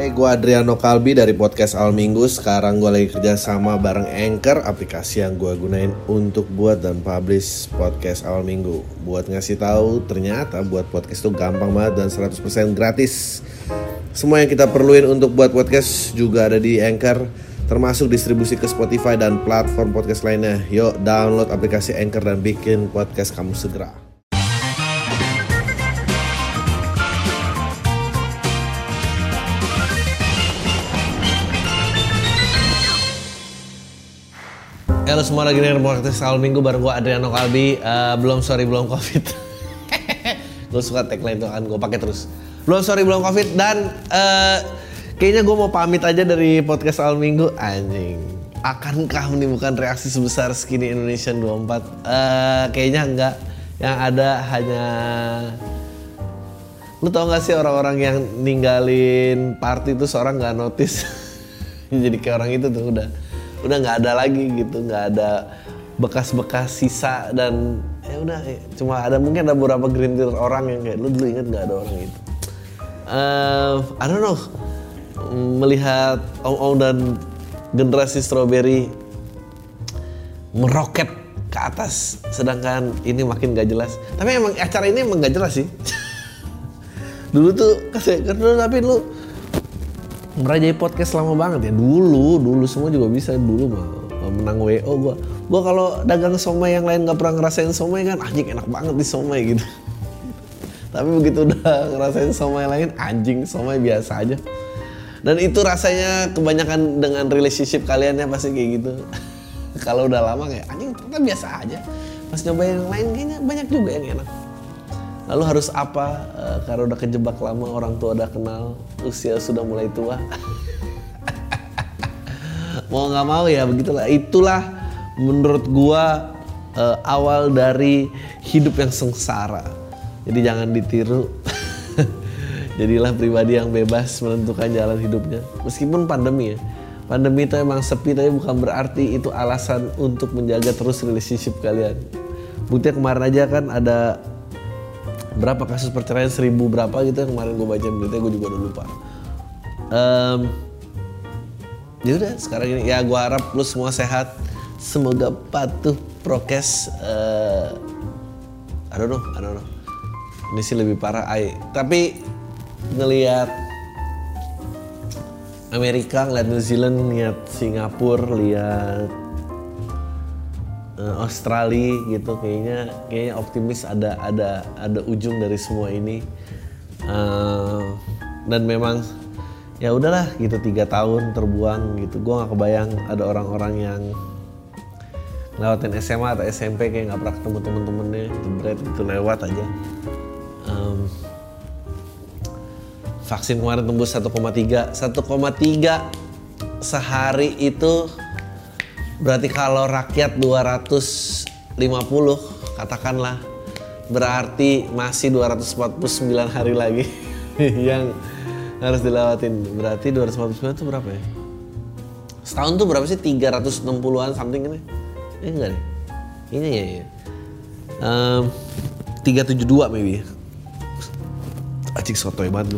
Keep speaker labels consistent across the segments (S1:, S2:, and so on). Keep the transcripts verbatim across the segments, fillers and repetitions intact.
S1: Hey, gue Adriano Kalbi dari podcast Awal Minggu. Sekarang gue lagi kerja sama bareng Anchor, aplikasi yang gue gunain untuk buat dan publish podcast Awal Minggu. Buat ngasih tahu, ternyata buat podcast itu gampang banget dan seratus persen gratis. Semua yang kita perluin untuk buat podcast juga ada di Anchor, termasuk distribusi ke Spotify dan platform podcast lainnya. Yuk download aplikasi Anchor dan bikin podcast kamu segera. Halo semua, lagi dengerin podcast Awal Minggu bareng gue Adriano Kalbi. uh, Belum sorry belum covid. Gue suka tagline itu kan, gue pakai terus. Belum sorry belum covid. Dan uh, kayaknya gue mau pamit aja dari podcast Awal Minggu. Anjing, akankah menimbulkan reaksi sebesar Skinny Indonesian dua puluh empat? Uh, kayaknya enggak. Yang ada hanya, lu tau gak sih orang-orang yang ninggalin party itu seorang gak notice. Jadi kayak orang itu tuh udah udah nggak ada lagi gitu, nggak ada bekas-bekas sisa. Dan ya udah, cuma ada mungkin ada beberapa gelintir orang yang kayak lu dulu inget nggak ada orang gitu. uh, I don't know, melihat om-om dan generasi strawberry meroket ke atas, sedangkan ini makin gak jelas. Tapi emang acara ini emang gak jelas sih. Dulu tuh kasih dulu, tapi lu merajai podcast lama banget ya. Dulu, dulu semua juga bisa. Dulu mah menang W O gua. Gua kalau dagang somai yang lain gak pernah ngerasain somai kan, anjing enak banget di somai gitu. Tapi begitu udah ngerasain somai lain, anjing somai biasa aja. Dan itu rasanya kebanyakan dengan relationship kalian ya pasti kayak gitu. Kalau udah lama kayak anjing ternyata biasa aja. Pas nyobain yang lain kayaknya banyak juga yang enak. Lalu harus apa? E, karena udah kejebak lama, orang tua udah kenal, usia sudah mulai tua. Mau nggak mau ya begitulah. Itulah menurut gua e, awal dari hidup yang sengsara. Jadi jangan ditiru. Jadilah pribadi yang bebas menentukan jalan hidupnya. Meskipun pandemi ya. Pandemi itu emang sepi, tapi bukan berarti itu alasan untuk menjaga terus relationship kalian. Buktinya kemarin aja kan ada berapa kasus perceraian, seribu berapa gitu yang kemarin gue baca berita, gue juga udah lupa. Um, ya udah sekarang ini ya gue harap lu semua sehat, semoga patuh prokes. Uh, I don't know, I don't know. Ini sih lebih parah, ay. Tapi ngelihat Amerika, ngeliat New Zealand, ngeliat Singapura, lihat Australia gitu, kayaknya kayaknya optimis ada ada ada ujung dari semua ini. Uh, dan memang ya udahlah gitu, tiga tahun terbuang gitu. Gue nggak kebayang ada orang-orang yang lewatin S M A atau S M P kayak nggak pernah ketemu temen-temennya, jebret gitu lewat aja. Um, vaksin kemarin tembus satu koma tiga satu koma tiga sehari itu. Berarti kalau rakyat dua ratus lima puluh katakanlah, berarti masih dua ratus empat puluh sembilan hari lagi yang harus dilewatin. Berarti dua ratus empat puluh sembilan itu berapa ya? Setahun tuh berapa sih? tiga ratus enam puluhan something ini? Eh enggak deh. Ini ya ya. Um, tiga ratus tujuh puluh dua maybe. Acik sotoy banget lu.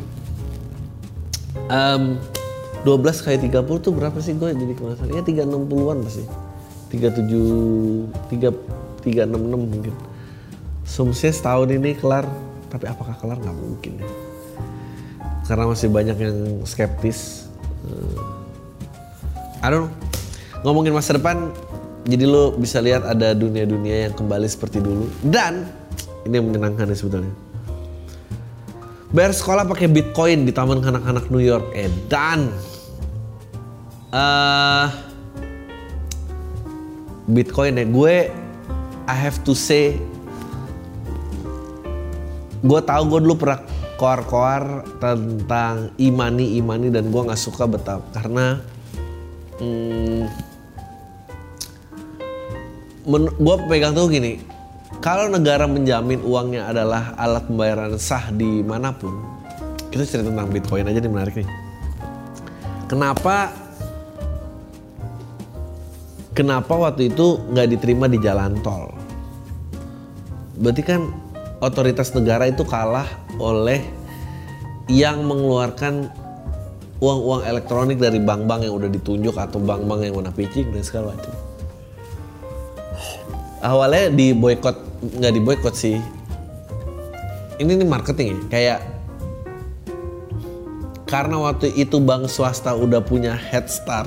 S1: Um, dua belas kali tiga puluh tuh berapa sih, gue jadi kemasan? Ya tiga ratus enam puluhan pasti. tiga puluh tujuh, tiga ratus enam puluh enam mungkin. Sumsnya setahun ini kelar, tapi apakah kelar? Nggak mungkin ya. Karena masih banyak yang skeptis. Uh, I don't know. Ngomongin masa depan, jadi lo bisa lihat ada dunia-dunia yang kembali seperti dulu. Dan ini yang menyenangkan ya sebetulnya. Bayar sekolah pakai Bitcoin di Taman Kanak-kanak New York. Eh dan uh, Bitcoin ya, gue I have to say, gue tahu gue dulu pernah koar-koar tentang imani imani dan gue nggak suka betapa karena hmm, men- gue pegang tuh gini. Kalau negara menjamin uangnya adalah alat pembayaran sah dimanapun, kita cerita tentang Bitcoin aja nih, menarik nih. Kenapa? Kenapa waktu itu nggak diterima di jalan tol? Berarti kan otoritas negara itu kalah oleh yang mengeluarkan uang-uang elektronik dari bank-bank yang udah ditunjuk atau bank-bank yang warna pitching dan segala macam. Awalnya di boykot, nggak di boykot sih. Ini nih marketing ya, kayak karena waktu itu bank swasta udah punya head start.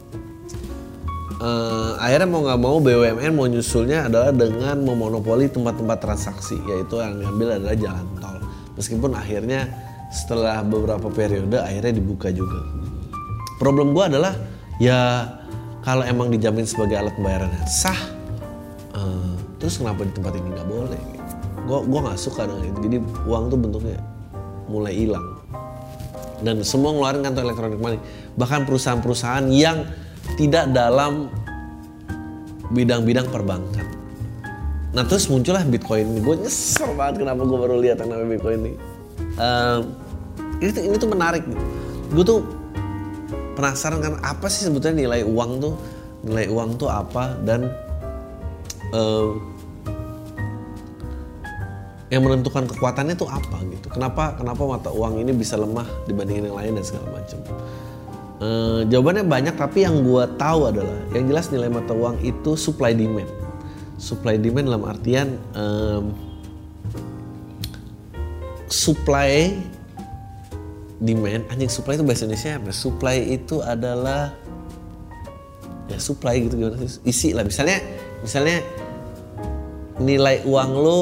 S1: Uh, akhirnya mau nggak mau B U M N mau nyusulnya adalah dengan memonopoli tempat-tempat transaksi, yaitu yang diambil adalah jalan tol. Meskipun akhirnya setelah beberapa periode akhirnya dibuka juga. Problem gue adalah ya kalau emang dijamin sebagai alat pembayaran yang sah, uh, terus kenapa di tempat ini nggak boleh? Gue gue nggak suka dengan itu. Jadi uang tuh bentuknya mulai hilang dan semua ngeluarin kantong elektronik money. Bahkan perusahaan-perusahaan yang tidak dalam bidang-bidang perbankan. Nah terus muncullah Bitcoin ini. Gue nyesel banget kenapa gue baru lihat yang namanya Bitcoin ini. Um, ini, tuh, ini tuh menarik. Gue tuh penasaran kan apa sih sebetulnya nilai uang tuh. Nilai uang tuh apa dan um, yang menentukan kekuatannya tuh apa gitu. Kenapa kenapa mata uang ini bisa lemah dibandingin yang lain dan segala macam. Uh, jawabannya banyak, tapi yang gue tahu adalah yang jelas nilai mata uang itu supply demand. Supply demand dalam artian um, supply demand, anjing supply itu bahasa Indonesia apa? Supply itu adalah ya supply gitu gimana sih? Isi lah, misalnya misalnya nilai uang lo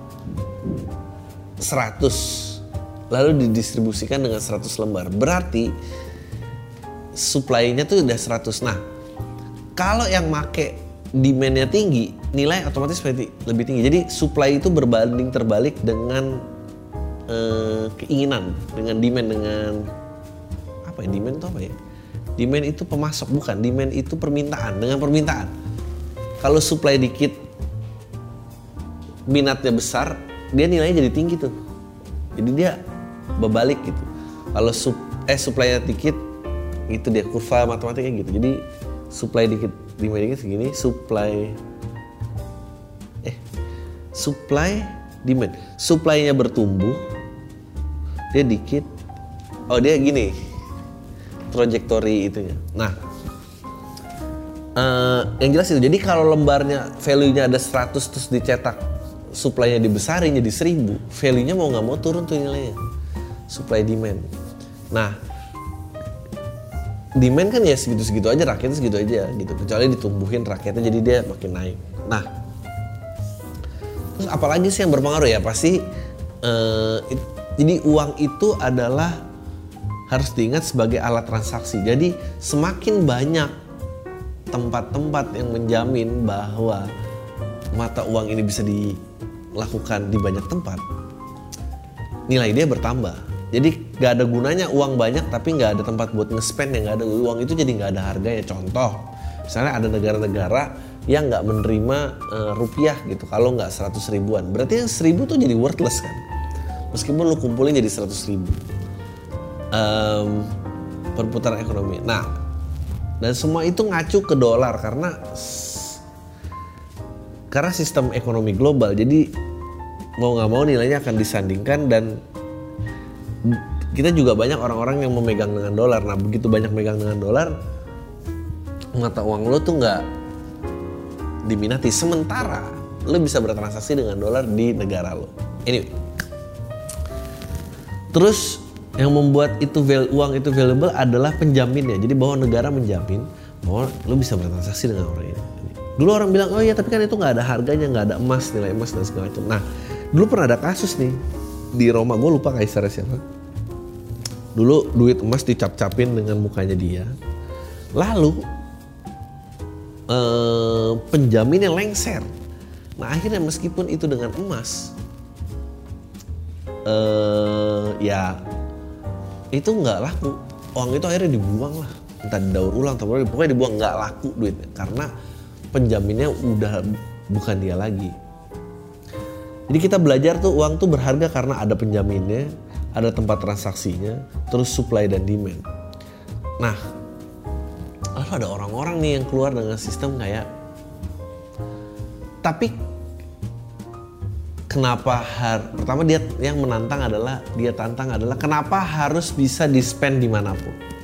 S1: seratus lalu didistribusikan dengan seratus lembar, berarti supply-nya tuh udah seratus. Nah, kalau yang make demand-nya tinggi, nilai otomatis lebih tinggi. Jadi supply itu berbanding terbalik dengan eh, keinginan, dengan demand, dengan apa ya? Demand itu apa ya? Demand itu pemasok, bukan. Demand itu permintaan, dengan permintaan. Kalau supply dikit, minatnya besar, dia nilainya jadi tinggi tuh. Jadi dia berbalik gitu. Kalau sup, eh supply-nya dikit, itu dia kurva matematikanya gitu. Jadi supply dikit, demand dikit segini, supply eh supply demand. Supply-nya bertumbuh, dia dikit. Oh, dia gini. Trajektori itunya. Nah, uh, yang jelas itu. Jadi kalau lembarnya value-nya ada seratus terus dicetak, supply-nya dibesarin jadi seribu, value-nya mau nggak mau turun tuh nilainya. Supply demand. Nah, demand kan ya segitu-segitu aja, rakyatnya segitu aja gitu. Kecuali ditumbuhin rakyatnya jadi dia makin naik. Nah, terus apalagi sih yang berpengaruh ya? Pasti uh, it, jadi uang itu adalah harus diingat sebagai alat transaksi. Jadi semakin banyak tempat-tempat yang menjamin bahwa mata uang ini bisa dilakukan di banyak tempat, nilai dia bertambah. Jadi gak ada gunanya uang banyak tapi gak ada tempat buat nge-spend, yang gak ada uang itu jadi gak ada harganya. Contoh, misalnya ada negara-negara yang gak menerima uh, rupiah gitu kalau gak seratus ribuan. Berarti yang seribu tuh jadi worthless kan. Meskipun lu kumpulin jadi seratus ribu. Um, perputaran ekonomi. Nah, dan semua itu ngacu ke dolar karena karena sistem ekonomi global. Jadi mau gak mau nilainya akan disandingkan dan kita juga banyak orang-orang yang memegang dengan dolar. Nah begitu banyak megang dengan dolar, mata uang lo tuh nggak diminati. Sementara lo bisa bertransaksi dengan dolar di negara lo. Anyway, terus yang membuat itu uang itu valuable adalah penjaminnya. Jadi bahwa negara menjamin bahwa lo bisa bertransaksi dengan orang ini. Dulu orang bilang, oh iya tapi kan itu nggak ada harganya, nggak ada emas, nilai emas dan segala macam. Nah dulu pernah ada kasus nih di Roma, gue lupa kaisarnya siapa. Dulu duit emas dicap-capin dengan mukanya dia. Lalu eh, penjaminnya lengser. Nah akhirnya meskipun itu dengan emas, eh, ya itu nggak laku. Uang itu akhirnya dibuang lah. Entah didaur ulang, atau pokoknya dibuang, nggak laku duitnya. Karena penjaminnya udah bukan dia lagi. Jadi kita belajar tuh uang tuh berharga karena ada penjaminnya, ada tempat transaksinya, terus supply dan demand. Nah, lalu ada orang-orang nih yang keluar dengan sistem kayak, tapi kenapa har, pertama dia yang menantang adalah, dia tantang adalah kenapa harus bisa di-spend dimanapun.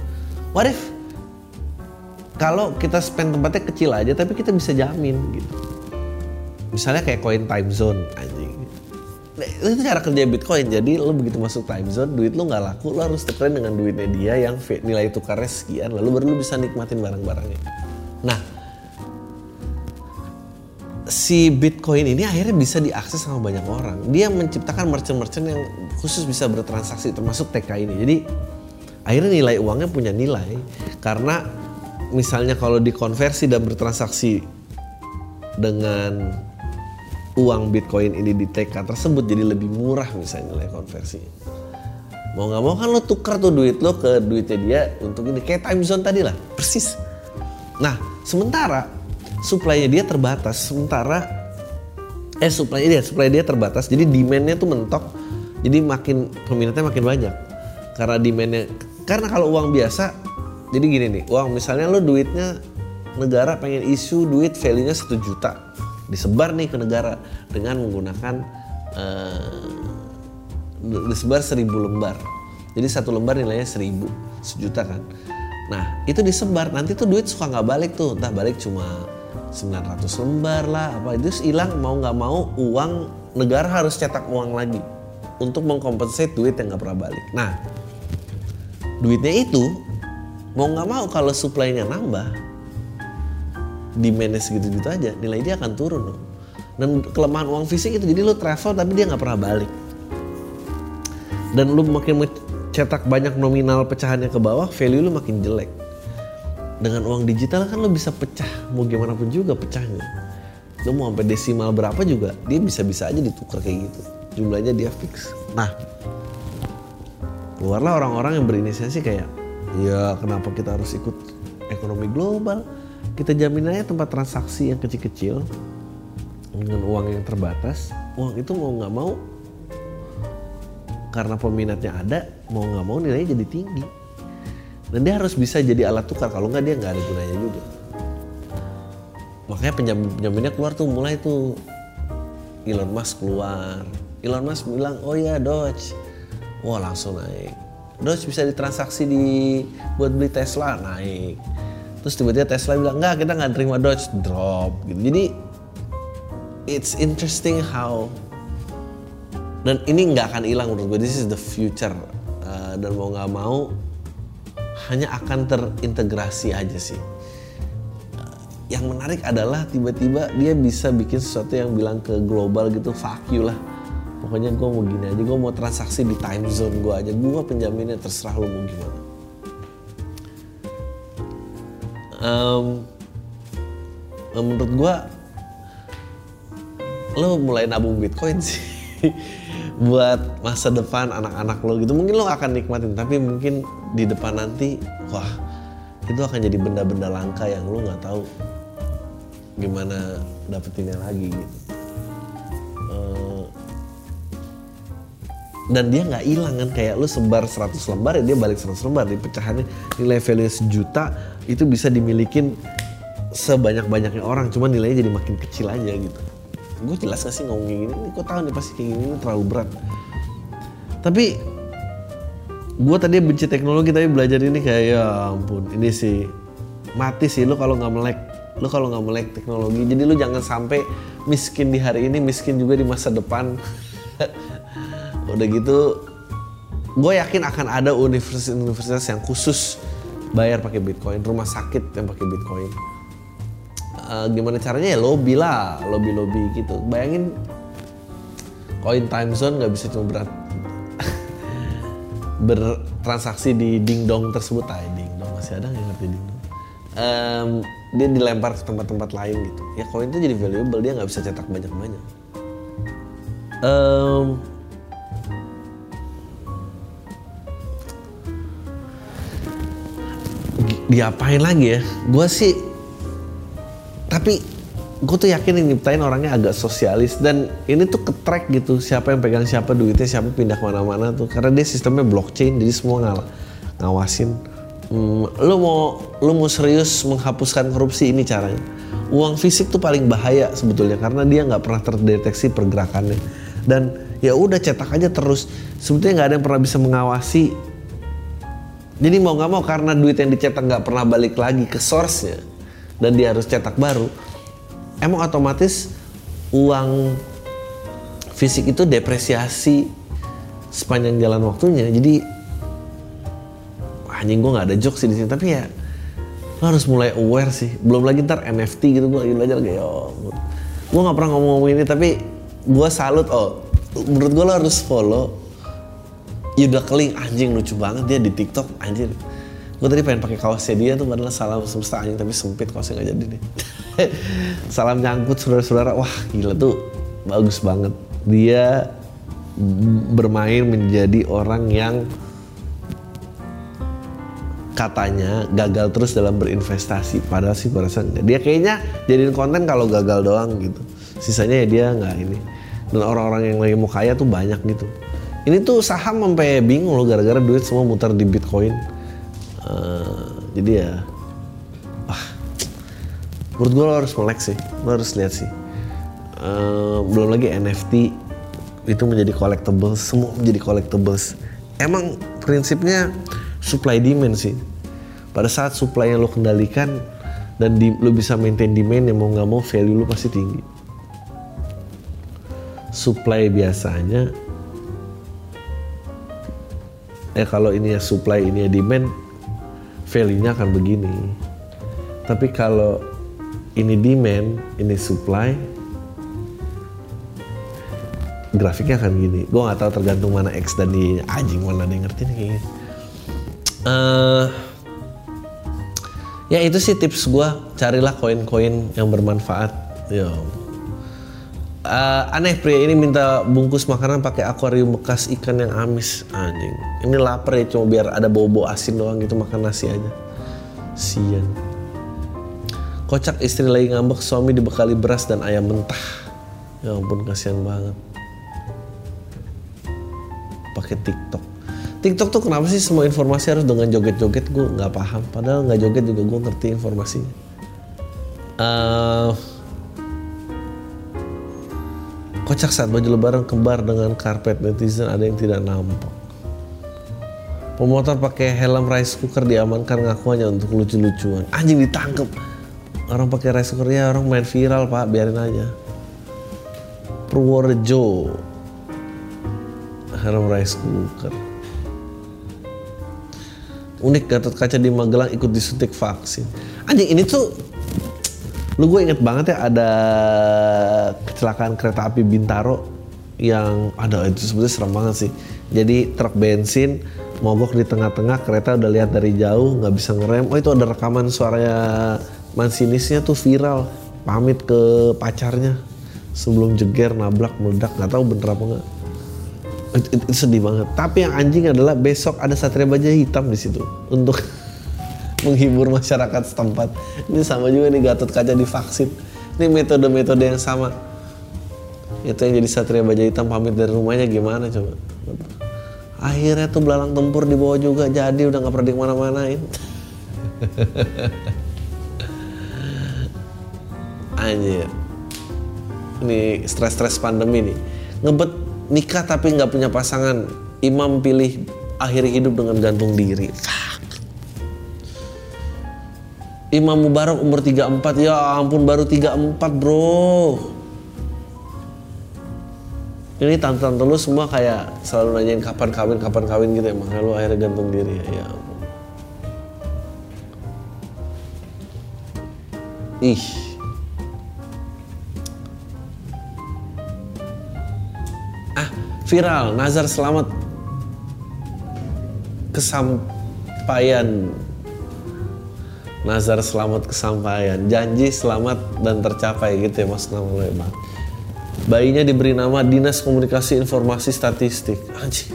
S1: what if kalau kita spend tempatnya kecil aja tapi kita bisa jamin gitu. Misalnya kayak koin time zone anjing. Nah, itu cara kerja Bitcoin. Jadi lo begitu masuk time zone, duit lo nggak laku, lo harus tukerin dengan duitnya dia yang nilai tukarnya sekian, lalu baru lo bisa nikmatin barang-barangnya. Nah, si Bitcoin ini akhirnya bisa diakses sama banyak orang. Dia menciptakan merchant-merchant yang khusus bisa bertransaksi, termasuk T K ini. Jadi akhirnya nilai uangnya punya nilai karena misalnya kalau dikonversi dan bertransaksi dengan uang Bitcoin ini di T K tersebut jadi lebih murah misalnya nilai konversi. Mau nggak mau kan lo tuker tuh duit lo ke duitnya dia untuk ini kayak time zone tadi lah, persis. Nah sementara supply-nya dia terbatas, sementara eh supply-nya dia, supply dia terbatas, jadi demand-nya tuh mentok, jadi makin peminatnya makin banyak. Karena demand-nya, karena kalau uang biasa, jadi gini nih, uang misalnya lo duitnya negara pengen issue duit value-nya satu juta. Disebar nih ke negara dengan menggunakan uh, disebar seribu lembar. Jadi satu lembar nilainya seribu, sejuta kan. Nah itu disebar, nanti tuh duit suka nggak balik tuh, entah balik cuma sembilan ratus lembar lah, apa itu hilang. Mau nggak mau uang negara harus cetak uang lagi untuk mengkompensate duit yang nggak pernah balik. Nah duitnya itu mau nggak mau kalau supply-nya nambah, demand-nya segitu-gitu aja, nilai dia akan turun loh. Dan kelemahan uang fisik itu, jadi lu travel tapi dia nggak pernah balik. Dan lu makin cetak banyak nominal pecahannya ke bawah, value lu makin jelek. Dengan uang digital kan lu bisa pecah, mau gimana pun juga pecahnya. Lu mau sampai desimal berapa juga, dia bisa-bisa aja ditukar kayak gitu. Jumlahnya dia fix. Nah, keluarlah orang-orang yang berinisiasi kayak, ya kenapa kita harus ikut ekonomi global? Kita jamin aja tempat transaksi yang kecil-kecil dengan uang yang terbatas. Uang itu mau nggak mau karena peminatnya ada, mau nggak mau nilainya jadi tinggi. Dan dia harus bisa jadi alat tukar, kalau nggak dia nggak ada gunanya juga. Makanya penjamin-penjaminnya keluar tuh, mulai tuh Elon Musk keluar. Elon Musk bilang, oh ya Doge, wah langsung naik. Doge bisa ditransaksi di buat beli Tesla, naik. Terus tiba-tiba Tesla bilang, enggak kita nggak terima Doge, drop gitu. Jadi it's interesting how, dan ini nggak akan hilang menurut gue, this is the future. Uh, dan mau nggak mau hanya akan terintegrasi aja sih. Uh, yang menarik adalah tiba-tiba dia bisa bikin sesuatu yang bilang ke global gitu, fuck you lah. Pokoknya gue mau gini aja, gue mau transaksi di time zone gue aja, gue penjaminnya, terserah lo mau gimana. Um, menurut gue lo mulai nabung Bitcoin sih buat masa depan anak-anak lo gitu. Mungkin lo akan nikmatin, tapi mungkin di depan nanti wah itu akan jadi benda-benda langka yang lo nggak tahu gimana dapetinnya lagi gitu. Uh, dan dia nggak hilang kan, kayak lo sebar seratus lembar ya dia balik seratus lembar, di pecahannya nilai value sejuta itu bisa dimilikin sebanyak-banyaknya orang, cuma nilainya jadi makin kecil aja gitu. Gue jelas gak sih ngomong kayak gini, gue tahu nih pasti kayak gini ini terlalu berat. Tapi gue tadi benci teknologi, tapi belajar ini kayak ya ampun, ini sih mati sih lo kalau nggak melek, lo kalau nggak melek teknologi. Jadi lo jangan sampai miskin di hari ini, miskin juga di masa depan. Udah gitu, gue yakin akan ada universitas-universitas yang khusus bayar pakai Bitcoin, rumah sakit yang pakai Bitcoin. Uh, gimana caranya ya lobby lah, lobby-lobby gitu. Bayangin koin time zone nggak bisa cuma berat bertransaksi di dingdong tersebut, ah dingdong masih ada nggak ngerti dingdong? Um, dia dilempar ke tempat-tempat lain gitu. Ya koin itu jadi valuable, dia nggak bisa cetak banyak-banyak. Um, diapain lagi ya? Gue sih, tapi gue tuh yakin yang nyiptain orangnya agak sosialis, dan ini tuh ke-track gitu siapa yang pegang siapa duitnya, siapa pindah kemana-mana tuh, karena dia sistemnya blockchain, jadi semua ng ngawasin. Hmm, lo mau lo mau serius menghapuskan korupsi, ini caranya. Uang fisik tuh paling bahaya sebetulnya karena dia nggak pernah terdeteksi pergerakannya, dan ya udah cetak aja terus. Sebetulnya nggak ada yang pernah bisa mengawasi Jadi mau nggak mau karena duit yang dicetak nggak pernah balik lagi ke source-nya dan dia harus cetak baru, emang otomatis uang fisik itu depresiasi sepanjang jalan waktunya. Jadi anjing gue nggak ada jokes sih di sini, tapi ya lo harus mulai aware sih. Belum lagi ntar N F T gitu, gue lagi belajar kayak yo. Gue nggak pernah ngomong-ngomong ini, tapi gue salut. Oh, menurut gue lo harus follow Yuda Keling, anjing lucu banget dia di TikTok, anjir. Gue tadi pengen pakai kaosnya dia tuh, padahal salam semesta anjing, tapi sempit kaosnya nggak jadi nih. Salam nyangkut saudara-saudara, wah gila tuh, bagus banget. Dia bermain menjadi orang yang katanya gagal terus dalam berinvestasi, padahal sih gue rasa enggak. Dia kayaknya jadiin konten kalau gagal doang gitu, sisanya ya dia nggak ini. Dan orang-orang yang lagi mau kaya tuh banyak gitu. Ini tuh saham sampai bingung loh gara-gara duit semua muter di Bitcoin. Uh, jadi ya, wah, menurut gue lo harus melek sih, lo harus lihat sih. Uh, belum lagi N F T itu menjadi collectibles, semua menjadi collectibles. Emang prinsipnya supply demand sih. Pada saat supply yang lo kendalikan dan di, lo bisa maintain demand, yang mau nggak mau value lo pasti tinggi. Supply biasanya, eh kalau ini ya supply, ini ya demand, value-nya akan begini. Tapi kalau ini demand, ini supply, grafiknya akan gini. Gue nggak tahu tergantung mana X dan Y, anjing mana ada yang ngerti nih kayaknya. Uh, ya itu sih tips gue, carilah koin-koin yang bermanfaat. Yo. Uh, aneh pria ini minta bungkus makanan pakai akuarium bekas ikan yang amis, anjing. Ini lapar ya, cuma biar ada bau-bau asin doang gitu, makan nasi aja. Sian. Kocak, istri lagi ngambek, suami dibekali beras dan ayam mentah. Ya ampun, kasihan banget. Pakai TikTok. TikTok tuh kenapa sih semua informasi harus dengan joget-joget? Gue nggak paham. Padahal nggak joget juga gue ngerti informasinya. Uh, Kocak saat baju lebaran kembar dengan karpet, netizen ada yang tidak nampak. Pemotor pakai helm rice cooker diamankan ngakuannya untuk lucu-lucuan. Anjing ditangkep. Orang pakai rice cooker ya orang main viral pak, biarin aja. Purworejo, helm rice cooker. Unik, Gatot Kaca di Magelang ikut disuntik vaksin. Anjing ini tuh, lu gue inget banget ya ada kecelakaan kereta api Bintaro yang ada, itu sebetulnya serem banget sih. Jadi truk bensin mogok di tengah-tengah, kereta udah lihat dari jauh nggak bisa ngerem. Oh itu ada rekaman suaranya masinisnya tuh viral, pamit ke pacarnya sebelum jeger nabrak meledak, nggak tahu bener apa nggak. Itu, itu, itu sedih banget. Tapi yang anjing adalah besok ada Satria Baja Hitam di situ untuk menghibur masyarakat setempat. Ini sama juga nih, Gatot Kaca divaksin. Ini metode-metode yang sama. Itu yang jadi Satria Baja Hitam pamit dari rumahnya gimana coba. Akhirnya tuh belalang tempur dibawa juga, jadi udah gak pernah dimana-manain. Anjir. Ini stres-stres pandemi nih. Ngebet nikah tapi gak punya pasangan. Imam pilih akhiri hidup dengan gantung diri. Imam Mubarak umur tiga puluh empat, ya ampun baru tiga puluh empat bro. Ini tante-tante lu semua kayak selalu nanyain kapan kawin, kapan kawin gitu ya, makanya lu akhirnya gantung diri ya, ya ampun. Ih. Ah, viral, Nazar selamat kesampaian. Nazar selamat kesampaian, janji selamat dan tercapai gitu ya mas nama ya bang. Bayinya diberi nama Dinas Komunikasi Informasi Statistik. Anjing.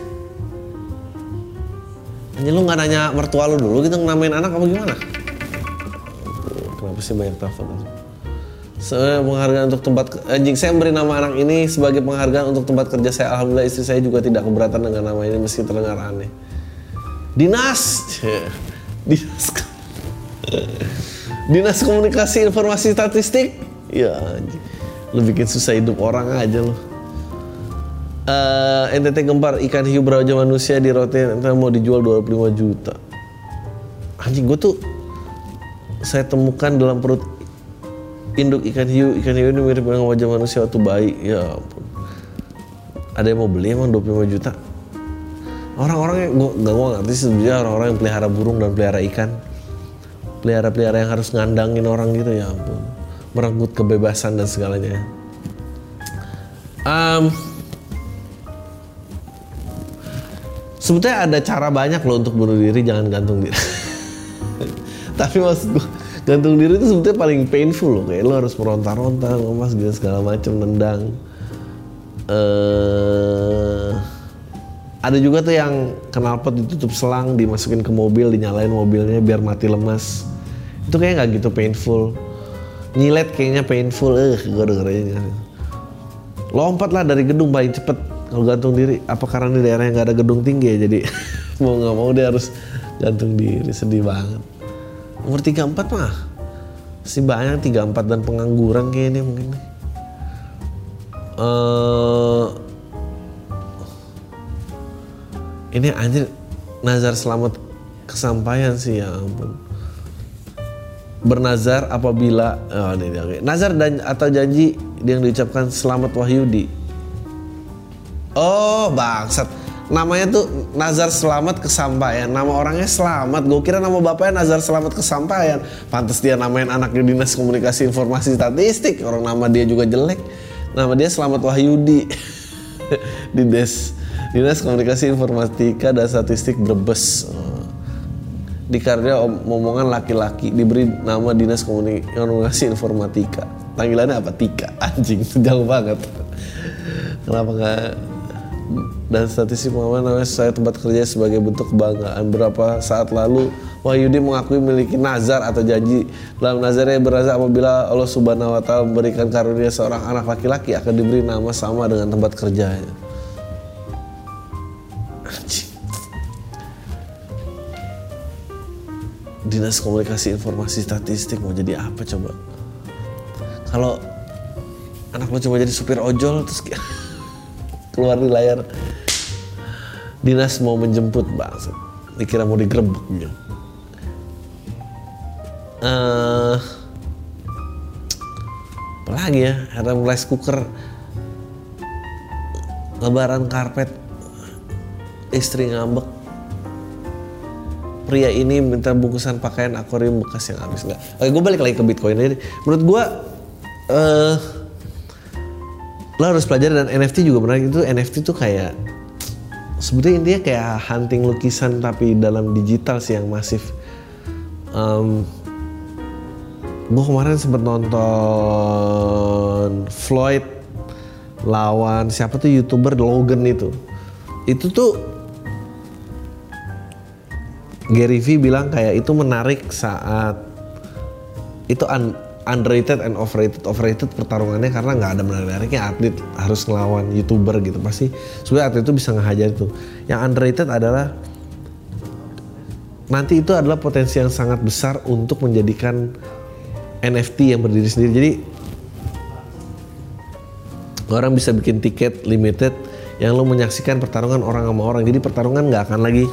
S1: Anjing lu nggak nanya mertua lu dulu gitu namain anak apa gimana? Kenapa sih banyak telepon? Saya penghargaan untuk tempat anjing, saya memberi nama anak ini sebagai penghargaan untuk tempat kerja saya. Alhamdulillah istri saya juga tidak keberatan dengan nama ini meski terdengar aneh. Dinas, Dinas. Dinas Komunikasi Informasi Statistik. Ya anjing, lu bikin susah hidup orang aja lu. uh, N T T gempar ikan hiu berwajah manusia di roti mau dijual dua puluh lima juta. anjing gue tuh saya temukan dalam perut induk ikan hiu. Ikan hiu ini mirip dengan wajah manusia waktu bayi. Ya ampun. Ada yang mau beli emang dua puluh lima juta? Orang-orang yang gue gak gue ngerti sebenarnya orang-orang yang pelihara burung dan pelihara ikan. Pelihara-pelihara yang harus ngandangin orang gitu, ya ampun. Merenggut kebebasan dan segalanya. Um, sebetulnya ada cara banyak loh untuk bunuh diri, jangan gantung diri. Tapi maksud gue, gantung diri itu sebetulnya paling painful loh. Kayak lo harus meronta-ronta, ngemas gitu segala macam, nendang. Uh, ada juga tuh yang knalpot ditutup selang, dimasukin ke mobil, dinyalain mobilnya biar mati lemas. Itu kayaknya nggak gitu painful. Nyilet kayaknya painful. Eh, gue denger aja. Lompat lah dari gedung paling cepet kalau gantung diri. Apa karena di daerahnya nggak ada gedung tinggi ya, jadi mau nggak mau dia harus gantung diri. Sedih banget. Umur tiga puluh empat mah masih banyak, tiga puluh empat dan pengangguran kayaknya mungkin. Uh, ini anjir, nazar selamat kesampaian sih, ya ampun. Bernazar apabila oh, ini, ini, nazar dan atau janji yang diucapkan selamat Wahyudi. Oh bangsat, namanya tuh nazar selamat kesampaian. Nama orangnya Selamat, gue kira nama bapaknya Nazar Selamat Kesampaian. Pantes dia namain anaknya Dinas Komunikasi Informasi Statistik. Orang nama dia juga jelek. Nama dia Selamat Wahyudi. Di Des Dinas Komunikasi Informatika dan Statistik Brebes. Oh. Dikarya omongan laki-laki, diberi nama Dinas Komunikasi Informatika. Panggilannya apa? Tika. Anjing, jauh banget. Kenapa nggak? Dan statistik Muhammad namanya saya tempat kerja sebagai bentuk kebanggaan. Berapa saat lalu Wahyudi mengakui memiliki nazar atau janji. Dalam nazarnya berazam apabila Allah Subhanahu wa taala memberikan karunia seorang anak laki-laki akan diberi nama sama dengan tempat kerjanya. Anjing. Dinas Komunikasi Informasi Statistik mau jadi apa coba? Kalau anak lo cuma jadi supir ojol terus keluar di layar dinas mau menjemput, bangsa dikira mau digerebek gitu. Uh, apalagi ya, ada rice cooker, lebaran karpet, istri ngambek, pria ini minta bungkusan pakaian akuarium bekas yang habis. Enggak, oke, gue balik lagi ke Bitcoin ini. Menurut gue uh, lo harus pelajari, dan N F T juga menarik. Itu N F T tuh kayak sebetulnya intinya kayak hunting lukisan tapi dalam digital sih yang masif. Um, gue kemarin sempet nonton Floyd lawan siapa tuh YouTuber Logan itu. Itu tuh Gary V bilang kayak itu menarik saat itu un, underrated and overrated. Overrated pertarungannya karena nggak ada menarik-menariknya, atlet harus ngelawan YouTuber gitu, pasti sebenarnya atlet itu bisa ngehajar itu. Yang underrated adalah nanti itu adalah potensi yang sangat besar untuk menjadikan N F T yang berdiri sendiri. Jadi orang bisa bikin tiket limited yang lo menyaksikan pertarungan orang sama orang. Jadi pertarungan nggak akan lagi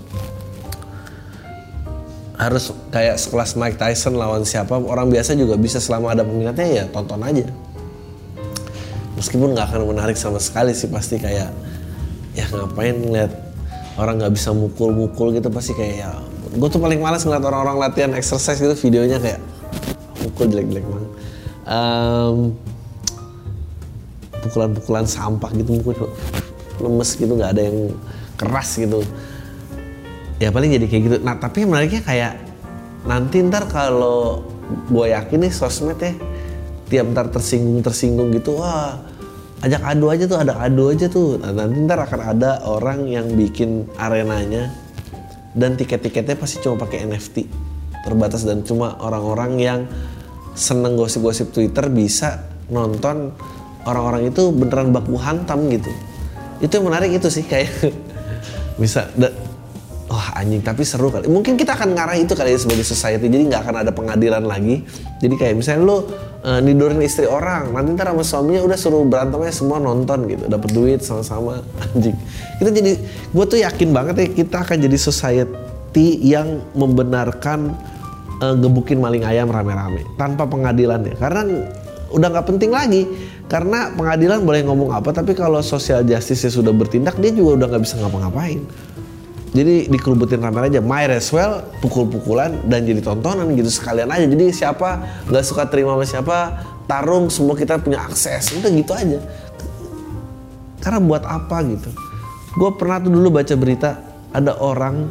S1: harus kayak sekelas Mike Tyson lawan siapa. Orang biasa juga bisa, selama ada peminatnya ya tonton aja. Meskipun nggak akan menarik sama sekali sih, pasti kayak ya ngapain ngeliat orang nggak bisa mukul-mukul gitu, pasti kayak ya. Gue tuh paling malas ngeliat orang-orang latihan exercise gitu, videonya kayak mukul jelek-jelek banget. Um, pukulan-pukulan sampah gitu, mukul lemes gitu, nggak ada yang keras gitu. Ya paling jadi kayak gitu. Nah tapi yang menariknya kayak nanti ntar kalau gue yakin nih sosmed ya tiap ntar tersinggung-tersinggung gitu, wah ajak adu aja tuh, ada adu aja tuh. Nah, nanti ntar akan ada orang yang bikin arenanya dan tiket-tiketnya pasti cuma pakai N F T terbatas, dan cuma orang-orang yang seneng gosip-gosip Twitter bisa nonton orang-orang itu beneran baku hantam gitu. Itu yang menarik itu sih, kayak bisa da- wah anjing, tapi seru kali. Mungkin kita akan ngarah itu kali ya sebagai society. Jadi nggak akan ada pengadilan lagi. Jadi kayak misalnya lo uh, nidurin istri orang, nanti ntar sama suaminya udah suruh berantemnya semua nonton gitu, dapat duit sama-sama. Anjing. Kita jadi, gue tuh yakin banget ya kita akan jadi society bukti yang membenarkan uh, gebukin maling ayam rame-rame tanpa pengadilannya, karena udah nggak penting lagi. Karena pengadilan boleh ngomong apa, tapi kalau social justice sudah bertindak, dia juga udah nggak bisa ngapa-ngapain. Jadi dikerubutin rame aja, might as well pukul-pukulan dan jadi tontonan gitu sekalian aja. Jadi siapa nggak suka terima sama siapa, tarung, semua kita punya akses, udah gitu aja. Karena buat apa gitu? Gue pernah tuh dulu baca berita, ada orang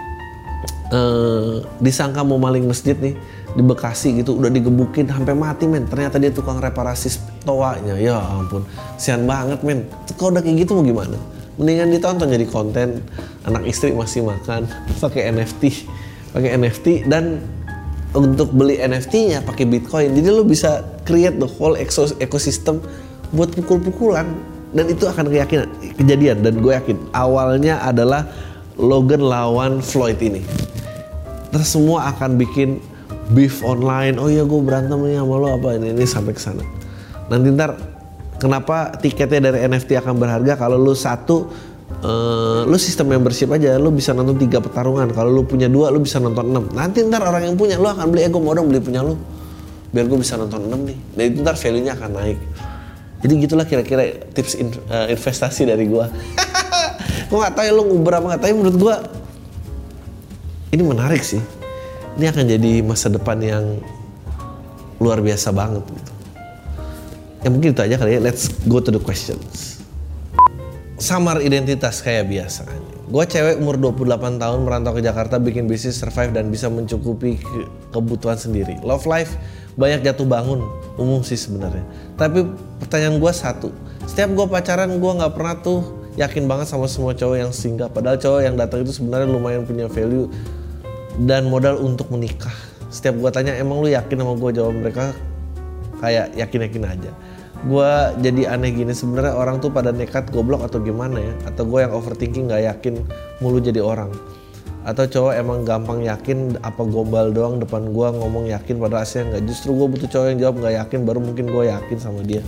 S1: eh, disangka mau maling masjid nih di Bekasi gitu, udah digebukin sampai mati men. Ternyata dia tukang reparasi toanya. Ya ampun, kasihan banget men. Kalau udah kayak gitu mau gimana? Mendingan ditonton jadi konten, anak istri masih makan pakai N F T, pakai N F T, dan untuk beli N F T-nya pakai Bitcoin. Jadi lo bisa create the whole ecosystem buat pukul-pukulan, dan itu akan keyakinan kejadian. Dan gue yakin awalnya adalah Logan lawan Floyd ini. Terus semua akan bikin beef online. Oh iya gue berantem nih sama lo apa ini ini sampai ke sana. Nanti ntar kenapa tiketnya dari N F T akan berharga? Kalau lu satu, uh, lu sistem membership aja, lu bisa nonton tiga pertarungan. Kalau lu punya dua, lu bisa nonton enam. Nanti ntar orang yang punya, lu akan beli, eh gue mau dong beli punya lu, biar gue bisa nonton enam nih. Dan itu ntar value-nya akan naik. Jadi gitulah kira-kira tips in, uh, investasi dari gue. Gue nggak tahu ya lu nguber apa nggak, tapi menurut gue ini menarik sih. Ini akan jadi masa depan yang luar biasa banget gitu. Ya mungkin itu aja kali ya, let's go to the questions. Samar identitas kayak biasa. Gue cewek umur dua puluh delapan tahun, merantau ke Jakarta, bikin bisnis, survive dan bisa mencukupi ke- kebutuhan sendiri. Love life banyak jatuh bangun, umum sih sebenarnya. Tapi pertanyaan gue satu, setiap gue pacaran gue nggak pernah tuh yakin banget sama semua cowok yang singgah. Padahal cowok yang datang itu sebenarnya lumayan punya value dan modal untuk menikah. Setiap gue tanya, emang lu yakin sama gue? Jawab mereka kayak yakin-yakin aja. Gue jadi aneh gini, sebenarnya orang tuh pada nekat goblok atau gimana ya? Atau gue yang overthinking gak yakin mulu jadi orang? Atau cowok emang gampang yakin, apa gombal doang depan gue ngomong yakin padahal aslinya gak? Justru gue butuh cowok yang jawab gak yakin, baru mungkin gue yakin sama dia.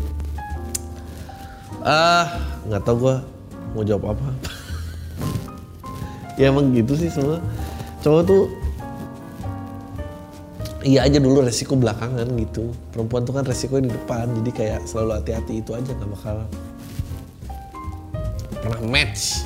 S1: Ah, gak tau gue mau jawab apa. Ya emang gitu sih semua. Cowok tuh iya aja dulu, resiko belakangan gitu. Perempuan tuh kan resikonya di depan, jadi kayak selalu hati-hati, itu aja, nggak bakal pernah match.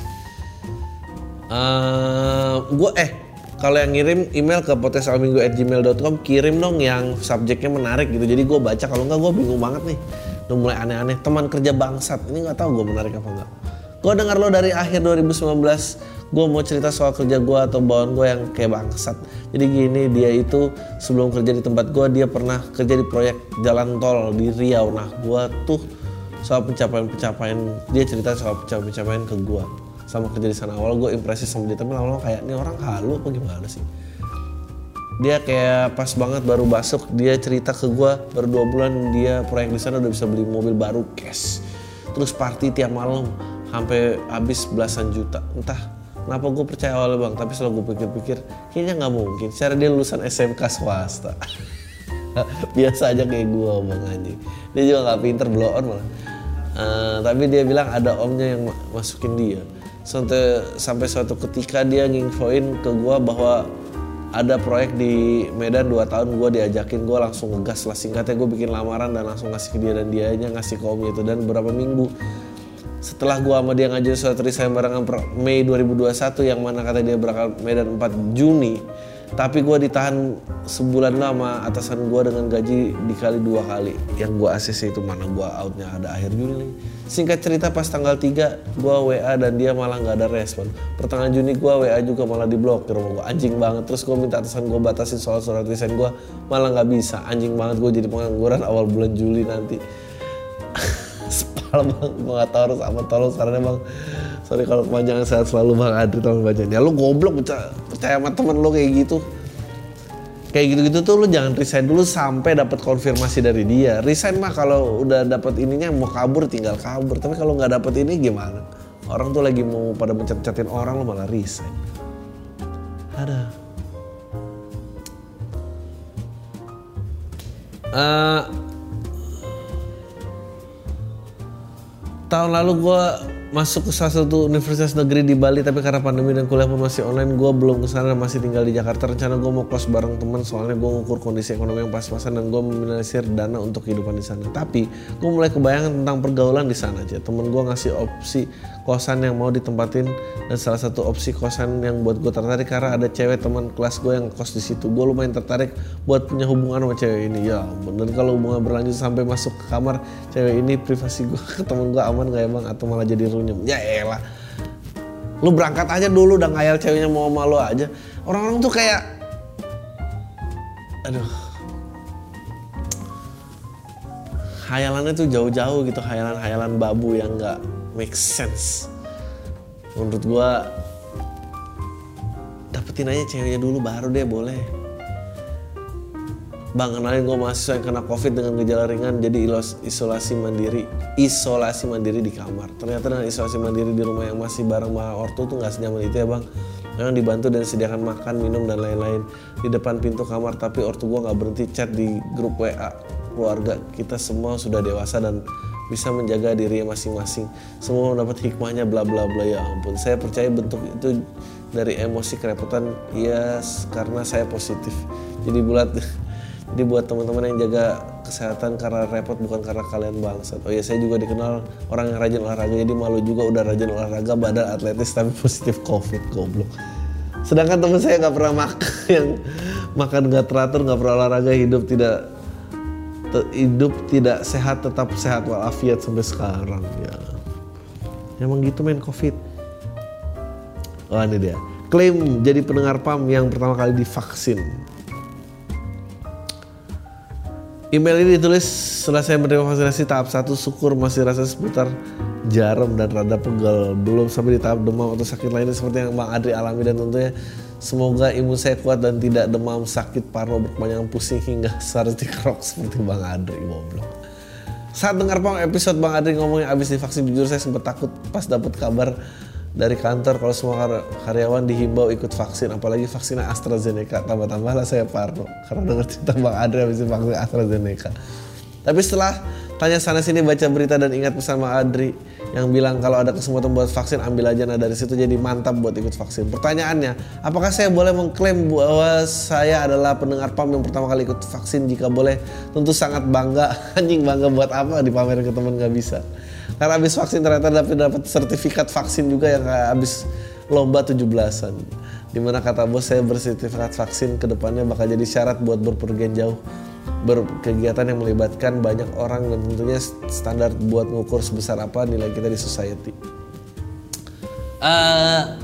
S1: Uh, gue eh kalau yang ngirim email ke podcast alminggu at gmail dot com, kirim dong yang subjeknya menarik gitu. Jadi gue baca, kalau nggak gue bingung banget nih. Udah mulai aneh-aneh. Teman kerja bangsat, ini nggak tahu gue menarik apa nggak. Gue dengar lo dari akhir dua ribu sembilan belas. Gue mau cerita soal kerja gue atau bawahan gue yang kayak bangsat. Jadi gini, dia itu sebelum kerja di tempat gue, dia pernah kerja di proyek jalan tol di Riau. Nah gue tuh soal pencapaian-pencapaian, dia cerita soal pencapaian-pencapaian ke gue sama kerja di sana. Awal gue impresif sama dia, tapi lama-lama kayak, ini orang halu apa gimana sih. Dia kayak pas banget baru masuk, dia cerita ke gue baru dua bulan dia proyek di sana udah bisa beli mobil baru cash. Terus party tiap malam sampai habis belasan juta. Entah kenapa gue percaya awalnya bang, tapi setelah gue pikir-pikir kayaknya nggak mungkin. Secara dia lulusan S M K swasta, biasa aja kayak gue bang anjing. Dia juga nggak pinter, blow on malah. Uh, tapi dia bilang ada omnya yang masukin dia. Sampai, sampai suatu ketika dia nginfoin ke gue bahwa ada proyek di Medan dua tahun, gue diajakin, gue langsung ngegas lah. Singkatnya gue bikin lamaran dan langsung ngasih ke dia, dan dianya ngasih ke omnya itu. Dan beberapa minggu setelah gue sama dia ngajuin surat resign barengan per Mei dua ribu dua puluh satu, yang mana kata dia berangkat Medan empat Juni, tapi gue ditahan sebulan lama atasan gue dengan gaji dikali dua kali. Yang gue A C C itu mana gue outnya ada akhir Juni. Singkat cerita pas tanggal tiga gue W A dan dia malah gak ada respon. Pertengahan Juni gue W A juga malah diblokir sama gue, anjing banget. Terus gue minta atasan gue batasin soal surat resign gue, malah gak bisa, anjing banget. Gue jadi pengangguran awal bulan Juli nanti. Sepal bang, gue gak tau harus apa, tolong sarannya bang. Sorry kalau kepanjangan, sehat selalu bang Adri, tolong bacanya. Lu goblok percaya, percaya sama temen lu kayak gitu. Kayak gitu-gitu tuh lu jangan resign dulu sampai dapat konfirmasi dari dia. Resign mah kalau udah dapat ininya, mau kabur tinggal kabur. Tapi kalau nggak dapat ini gimana? Orang tuh lagi mau pada mencet-cetin orang, lu malah resign. Ada. Uh, tahun lalu gue masuk ke salah satu universitas negeri di Bali, tapi karena pandemi dan kuliah pun masih online, gue belum kesana dan masih tinggal di Jakarta. Rencana gue mau kos bareng teman, soalnya gue ngukur kondisi ekonomi yang pas-pasan dan gue meminimalisir dana untuk kehidupan di sana. Tapi gue mulai kebayang tentang pergaulan di sana aja. Temen gue ngasih opsi kosan yang mau ditempatin, dan salah satu opsi kosan yang buat gue tertarik karena ada cewek teman kelas gue yang kos di situ. Gue lumayan tertarik buat punya hubungan sama cewek ini. Ya bener, kalau hubungan berlanjut sampai masuk ke kamar cewek ini, privasi gue ke temen gue aman gak ya bang, atau malah jadi runyem? Ya elah, lu berangkat aja dulu, udah ngayal ceweknya mau sama lu aja. Orang-orang tuh kayak, aduh, hayalannya tuh jauh-jauh gitu, hayalan-hayalan babu yang gak make sense. Menurut gua dapetin aja ceweknya dulu baru deh boleh. Bang, kenalin gue mahasiswa yang kena covid dengan gejala ringan, jadi isolasi mandiri isolasi mandiri di kamar. Ternyata dengan isolasi mandiri di rumah yang masih bareng sama ortu tuh gak senyaman itu ya bang. Memang dibantu dan disediakan makan, minum dan lain-lain di depan pintu kamar, tapi ortu gue gak berhenti chat di grup W A keluarga. Kita semua sudah dewasa dan bisa menjaga dirinya masing-masing. Semua mendapat hikmahnya bla bla bla. Ya ampun, saya percaya bentuk itu dari emosi kerepotan. Iya, karena saya positif. Jadi bulat Jadi buat teman-teman yang jaga kesehatan karena repot, bukan karena kalian bangsat. Oh iya, saya juga dikenal orang yang rajin olahraga, jadi malu juga udah rajin olahraga, badan atletis tapi positif covid, goblok. Sedangkan teman saya nggak pernah makan, yang makan nggak teratur, nggak pernah olahraga, hidup tidak te- hidup tidak sehat, tetap sehat walafiat sampai sekarang. Ya, emang gitu men covid. Oh ini dia, klaim jadi pendengar P A M yang pertama kali divaksin. Email ini ditulis setelah saya menerima vaksinasi tahap satu, syukur masih rasa seputar jarum dan rada pegal. Belum sampai di tahap demam atau sakit lainnya seperti yang Bang Adri alami, dan tentunya semoga imun saya kuat dan tidak demam, sakit parno, berkepanjangan, pusing hingga harus dikerok seperti Bang Adri, goblok. Saat dengar P A M episode Bang Adri ngomongin abis divaksin, jujur saya sempat takut pas dapat kabar dari kantor kalau semua karyawan dihimbau ikut vaksin, apalagi vaksin AstraZeneca. Tambah-tambahlah saya parno karena dengar cerita Bang Adri habis vaksin AstraZeneca. Tapi setelah tanya sana sini, baca berita dan ingat pesan Bang Adri yang bilang kalau ada kesempatan buat vaksin ambil aja. Nah dari situ jadi mantap buat ikut vaksin. Pertanyaannya, apakah saya boleh mengklaim bahwa saya adalah pendengar P A M yang pertama kali ikut vaksin? Jika boleh, tentu sangat bangga. Anjing, bangga buat apa dipamerin ke teman gak bisa. Karena habis vaksin ternyata dapat dapat sertifikat vaksin juga yang kayak habis lomba tujuh belasan. Dimana kata bos saya bersertifikat vaksin kedepannya bakal jadi syarat buat berpergian jauh, berkegiatan yang melibatkan banyak orang, dan tentunya standar buat ngukur sebesar apa nilai kita di society. Uh,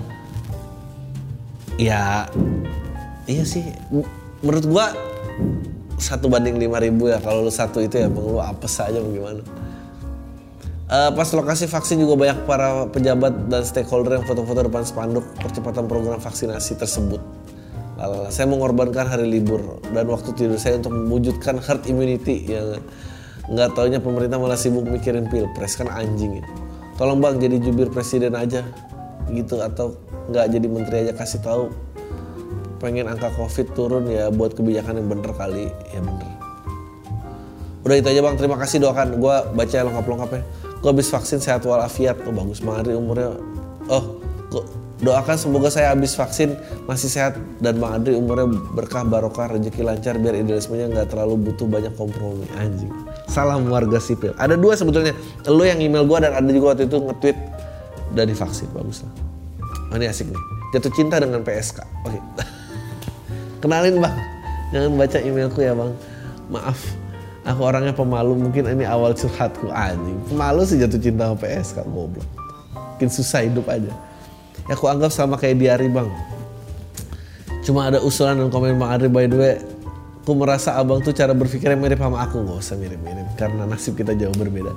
S1: ya, iya sih. Menurut gua satu banding lima ribu ya. Kalau lu satu itu ya bang, lu apes aja bagaimana. Uh, pas lokasi vaksin juga banyak para pejabat dan stakeholder yang foto-foto depan spanduk percepatan program vaksinasi tersebut. Lala, saya mengorbankan hari libur dan waktu tidur saya untuk mewujudkan herd immunity yang nggak taunya pemerintah malah sibuk mikirin pilpres, kan anjing ya. Tolong bang jadi jubir presiden aja gitu, atau nggak jadi menteri aja, kasih tahu pengen angka covid turun ya, buat kebijakan yang bener kali ya. Bener. Udah itu aja bang, terima kasih, doakan gue baca lengkap-lengkapnya. Gue habis vaksin sehat walafiat. Oh bagus, Bang Adri umurnya. Oh, gue doakan semoga saya habis vaksin masih sehat dan Bang Adri umurnya berkah, barokah, rezeki lancar, biar idealismenya nggak terlalu butuh banyak kompromi. Anjing. Salam warga sipil. Ada dua sebetulnya. Lo yang email gue dan ada juga waktu itu nge-tweet udah divaksin, bagus lah. Oh, ini asik nih. Jatuh cinta dengan P S K. Oke. Okay. Kenalin bang. Jangan baca emailku ya bang. Maaf. Aku orangnya pemalu, mungkin ini awal curhatku. Anjing, pemalu sih jatuh cinta sama P S K, goblok. Mungkin susah hidup aja. Ya aku anggap sama kayak diari bang. Cuma ada usulan dan komen Bang Adri, by the way, aku merasa abang tuh cara berpikirnya mirip sama aku. Gak usah mirip-mirip, karena nasib kita jauh berbeda.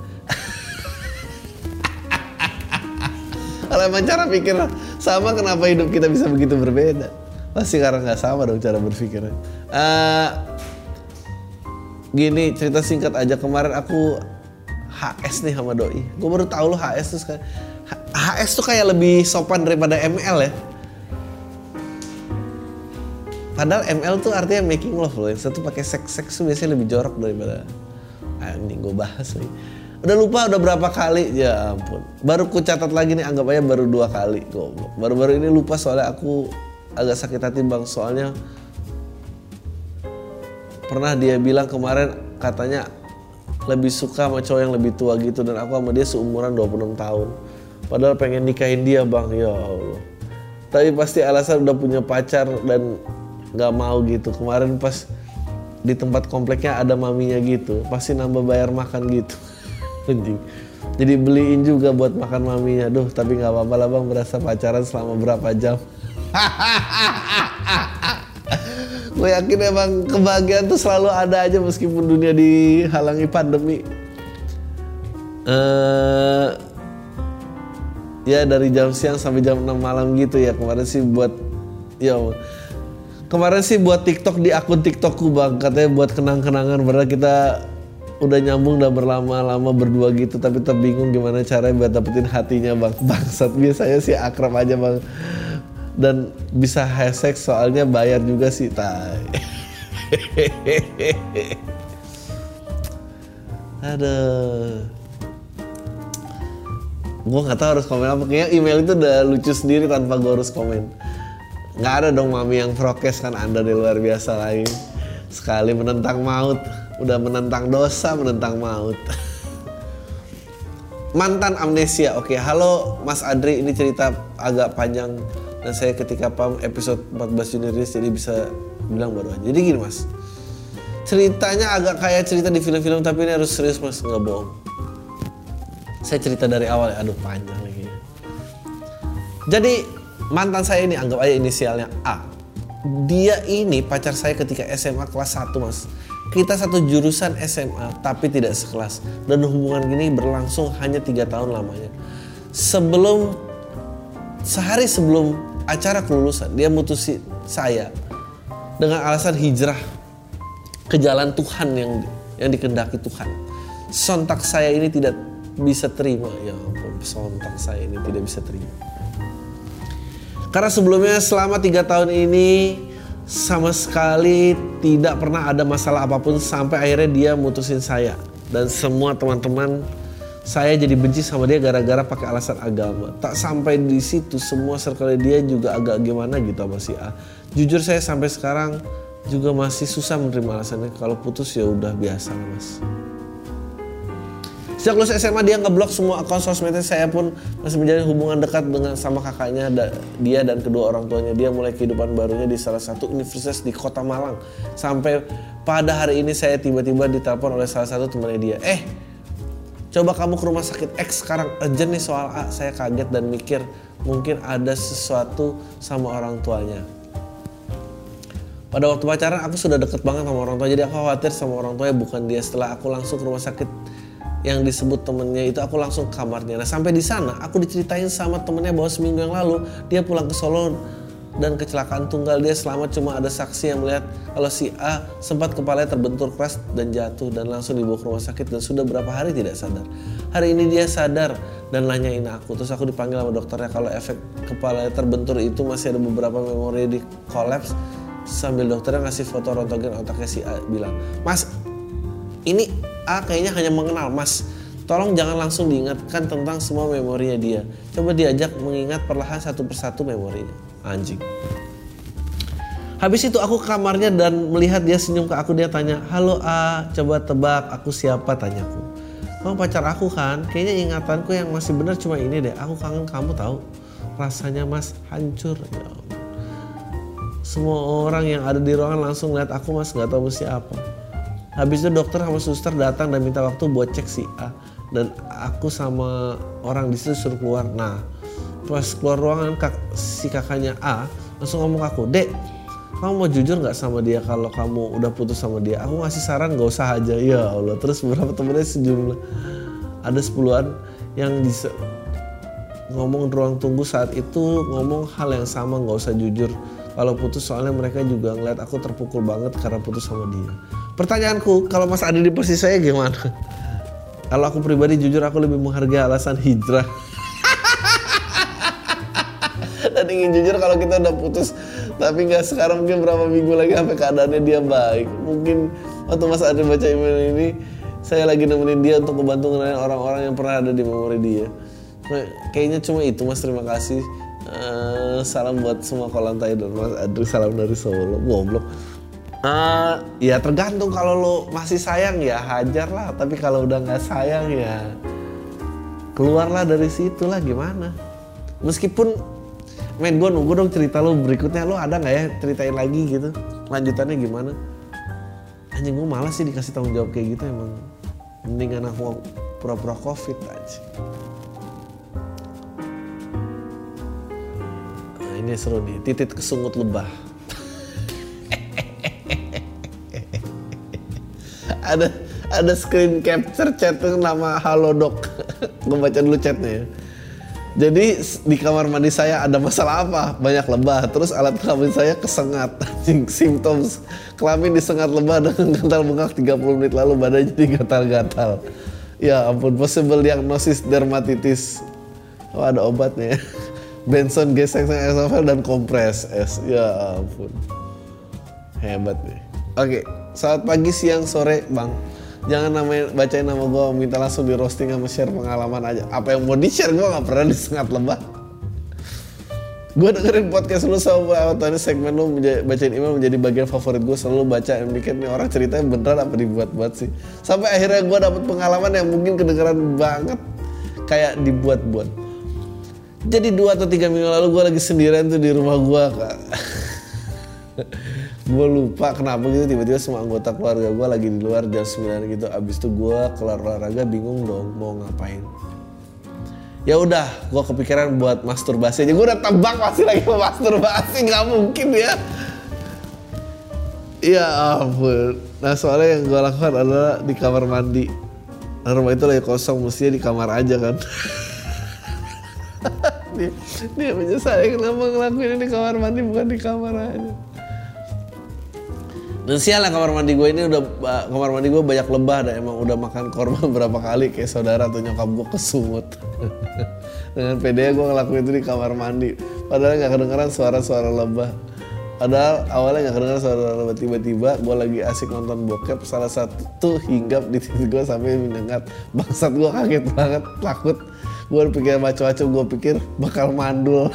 S1: Kalau emang cara pikir sama, kenapa hidup kita bisa begitu berbeda? Pasti karena gak sama dong cara berpikirnya. Uh, Gini, cerita singkat aja, kemarin aku H S nih sama doi. Gue baru tahu loh H S tuh sekarang. H S tuh kayak lebih sopan daripada M L ya. Padahal M L tuh artinya making love loh. Yang satu pakai seks, seks tuh biasanya lebih jorok daripada. Ah, ini gue bahas nih. Udah lupa udah berapa kali, ya ampun. Baru ku catat lagi nih, anggap aja baru dua kali. Goblok. Baru-baru ini lupa soalnya aku agak sakit hati bang. Soalnya pernah dia bilang kemarin katanya lebih suka sama cowok yang lebih tua gitu. Dan aku sama dia seumuran dua puluh enam tahun. Padahal pengen nikahin dia bang, ya Allah. Tapi pasti alasan udah punya pacar dan gak mau gitu. Kemarin pas di tempat kompleknya ada maminya gitu. Pasti nambah bayar makan gitu. Jadi beliin juga buat makan maminya. Duh, tapi nggak apa-apa lah bang, berasa pacaran selama berapa jam. Gue yakin emang kebahagiaan tuh selalu ada aja meskipun dunia dihalangi pandemi. Uh, ya dari jam siang sampai jam enam malam gitu ya. Kemarin sih buat ya kemarin sih buat TikTok di akun TikTokku bang. Katanya buat kenang-kenangan, padahal kita udah nyambung udah berlama-lama berdua gitu, tapi tetap bingung gimana caranya buat dapetin hatinya bang. Bangsat, biasanya sih akrab aja bang, dan bisa hashtag soalnya bayar juga sih tai. Aduh, gue nggak tahu harus komen apa. Kayaknya email itu udah lucu sendiri tanpa gue harus komen. Nggak ada dong mami yang prokes kan, anda di luar biasa lagi. Sekali menentang maut, udah menentang dosa, menentang maut. Mantan amnesia. Oke, halo Mas Adri, ini cerita agak panjang dan saya ketika pam episode empat belas Juni rilis, jadi bisa bilang baru aja. Jadi gini mas, ceritanya agak kayak cerita di film-film, tapi ini harus serius mas, nggak bohong. Saya cerita dari awal ya, aduh panjang lagi. Jadi mantan saya ini, anggap aja inisialnya A. Dia ini pacar saya ketika S M A kelas satu mas. Kita satu jurusan S M A tapi tidak sekelas. Dan hubungan gini berlangsung hanya tiga tahun lamanya. Sebelum, sehari sebelum acara kelulusan, dia mutusin saya dengan alasan hijrah ke jalan Tuhan yang yang dikehendaki Tuhan. Sontak saya ini tidak bisa terima. Ya ampun, sontak saya ini tidak bisa terima. Karena sebelumnya selama tiga tahun ini sama sekali tidak pernah ada masalah apapun, sampai akhirnya dia mutusin saya. Dan semua teman-teman saya jadi benci sama dia gara-gara pakai alasan agama. Tak sampai di situ, semua circle dia juga agak gimana gitu sama si A. Jujur saya sampai sekarang juga masih susah menerima alasannya. Kalau putus ya udah biasa lah mas. Sejak lulus S M A dia ngeblok semua akun sosmednya. Saya pun masih menjalin hubungan dekat dengan sama kakaknya, da, dia dan kedua orang tuanya. Dia mulai kehidupan barunya di salah satu universitas di Kota Malang. Sampai pada hari ini saya tiba-tiba ditelepon oleh salah satu temannya dia. Eh, coba kamu ke rumah sakit X sekarang, urgent nih soal A. Saya kaget dan mikir mungkin ada sesuatu sama orang tuanya. Pada waktu pacaran aku sudah deket banget sama orang tua, jadi aku khawatir sama orang tuanya bukan dia. Setelah aku langsung ke rumah sakit yang disebut temennya itu, aku langsung ke kamarnya. Nah sampai di sana aku diceritain sama temennya bahwa seminggu yang lalu dia pulang ke Solo dan kecelakaan tunggal. Dia selamat, cuma ada saksi yang melihat kalau si A sempat kepalanya terbentur keras dan jatuh dan langsung dibawa ke rumah sakit dan sudah berapa hari tidak sadar. Hari ini dia sadar dan nanyain aku. Terus aku dipanggil sama dokternya kalau efek kepalanya terbentur itu masih ada beberapa memori di kolaps. Sambil dokternya ngasih foto rongntgen otaknya, si A bilang, Mas, ini A kayaknya hanya mengenal mas. Tolong jangan langsung diingatkan tentang semua memorinya dia. Coba diajak mengingat perlahan satu persatu memorinya. Anjing. Habis itu aku ke kamarnya dan melihat dia senyum ke aku. Dia tanya, halo A, coba tebak aku siapa, tanyaku. Kamu pacar aku kan? Kayaknya ingatanku yang masih benar cuma ini deh. Aku kangen kamu tahu. Rasanya mas hancur. Ya, semua orang yang ada di ruangan langsung lihat aku mas, gak tahu siapa. Habis itu dokter sama suster datang dan minta waktu buat cek si A. Dan aku sama orang di situ suruh keluar. Nah, pas keluar ruangan kak, si kakaknya A langsung ngomong ke aku, Dek, kamu mau jujur gak sama dia kalau kamu udah putus sama dia? Aku ngasih saran gak usah aja. Ya Allah, terus beberapa temennya sejumlah, ada sepuluhan yang bisa ngomong di ruang tunggu saat itu, ngomong hal yang sama, gak usah jujur kalau putus, soalnya mereka juga ngeliat aku terpukul banget karena putus sama dia. Pertanyaanku, kalau Mas Adi di posisi saya gimana? Kalau aku pribadi jujur aku lebih menghargai alasan hijrah. Dan ingin jujur kalau kita udah putus, tapi nggak sekarang, mungkin berapa minggu lagi sampai keadaannya dia baik. Mungkin waktu Mas Adi baca email ini, Saya lagi nemenin dia untuk membantu ngenalin orang-orang yang pernah ada di memori dia. Kayaknya cuma itu mas, terima kasih. Uh, salam buat semua kolam tai dan mas Adri, salam dari Solo. Goblok. Uh, ya tergantung, kalau lo masih sayang ya hajar lah. Tapi kalau udah gak sayang ya keluarlah dari situ lah, gimana. Meskipun men, gue nunggu dong cerita lo berikutnya. Lo ada gak ya ceritain lagi gitu, lanjutannya gimana. Anjing gue malas sih dikasih tanggung jawab kayak gitu. Emang mendingan aku pura-pura covid aja. Nah ini seru nih, titit kesungut lebah. ada ada screen capture chat nama Halodoc. Gue baca dulu chatnya ya. Jadi di kamar mandi saya ada masalah apa? Banyak lebah. Terus alat kelamin saya kesengat. Symptoms kelamin disengat lebah dengan gatal bengkak tiga puluh menit lalu badannya jadi gatal-gatal. Ya ampun, possible diagnosis dermatitis. Oh ada obatnya ya. Benson gesek esofel dan kompres es. Ya ampun. Hebat nih. Oke, selamat pagi, siang, sore bang. Jangan namanya, bacain nama gue, minta langsung di roasting sama share pengalaman aja. Apa yang mau di share, gue gak pernah disengat lebah. Gue dengerin podcast lu sama tadi segmen lu bacain email menjadi bagian favorit gue. Selalu baca yang bikin nih orang ceritanya beneran apa dibuat-buat sih. Sampai akhirnya gue dapet pengalaman yang mungkin kedengeran banget kayak dibuat-buat. Jadi dua atau tiga minggu lalu gue lagi sendirian tuh di rumah gue kak. Gue lupa kenapa gitu, tiba-tiba semua anggota keluarga gue lagi di luar jam sembilan gitu. Abis itu gue kelar olahraga bingung dong mau ngapain. Ya udah, gue kepikiran buat masturbasi aja. Gue udah tebak pasti lagi mau masturbasi, nggak mungkin ya. Ya ampun. Nah soalnya yang gue lakukan adalah di kamar mandi. Nah, rumah itu lagi kosong, mestinya di kamar aja kan. dia, dia menyesal kenapa ngelakuin di kamar mandi bukan di kamar aja. Dan sial lah kamar mandi gue ini udah, kamar mandi gue banyak lebah dan emang udah makan korban berapa kali kayak saudara atau nyokap gue kesungut. Dengan pedenya gue ngelakuin itu di kamar mandi. Padahal gak kedengeran suara-suara lebah. Padahal awalnya gak kedengeran suara lebah. Tiba-tiba gue lagi asik nonton bokep, salah satu hinggap di titik gue sambil menyengat. Bangsat, gue kaget banget, takut. Gue pikir macam-macam, gue pikir bakal mandul.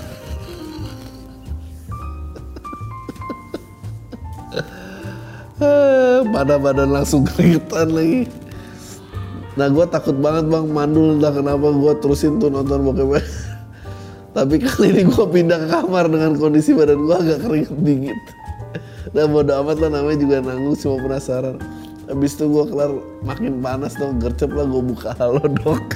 S1: Badan-badan langsung keringetan lagi. Nah gue takut banget bang mandul, entah kenapa gue terusin tuh nonton bokep. Tapi kali ini gue pindah ke kamar dengan kondisi badan gue agak keringet dingin. Dan bodo amat lah, namanya juga nanggung, cuma penasaran. Habis itu gue kelar makin panas dong, gercep lah gue buka Halodoc.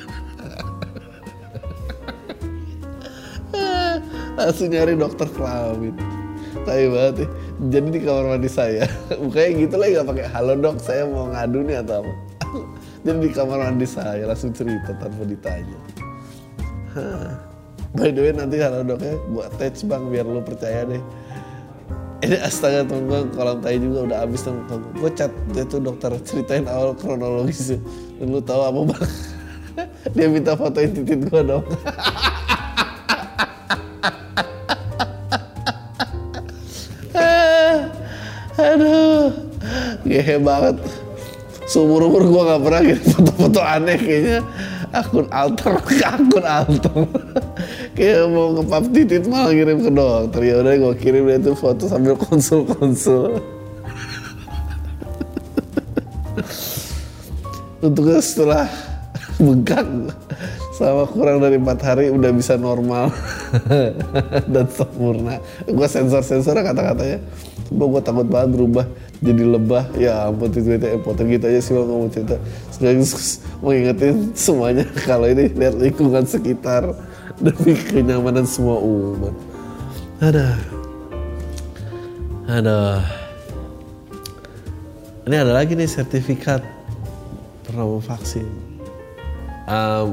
S1: Langsung nyari dokter kelamin. Tai banget ya. Jadi di kamar mandi saya, mukanya gitu lah, gak pakai Halodoc, saya mau ngadu nih atau apa. Jadi di kamar mandi saya langsung cerita tanpa ditanya. Hah. By the way nanti Halodocnya buat attach bang biar lu percaya deh. Ini astaga temen gue kolam tai juga udah abis temen gue chat dia tuh dokter ceritain awal kronologisnya. Dan lu tahu apa bang? Dia minta fotoin titik gue dong. Aduh, gehe banget. Seumur-umur gue gak pernah kirim foto-foto aneh. Kayaknya akun alter ke akun alter. Kayak mau ngepap titit malah kirim ke dokter. Ya udah gue kirim dia tuh foto sambil konsul-konsul. Untuknya setelah bengkak selama kurang dari empat hari udah bisa normal dan sempurna. Gue sensor-sensor kata-katanya. Gue takut banget berubah jadi lebah. Ya ampun, tiba-tiba foto gitu aja sih bang ngomong cerita. Sekaligus mau ingetin semuanya kalau ini lihat lingkungan sekitar demi kenyamanan semua umat. Aduh, aduh. Ini ada lagi nih sertifikat pernah mau vaksin. Um,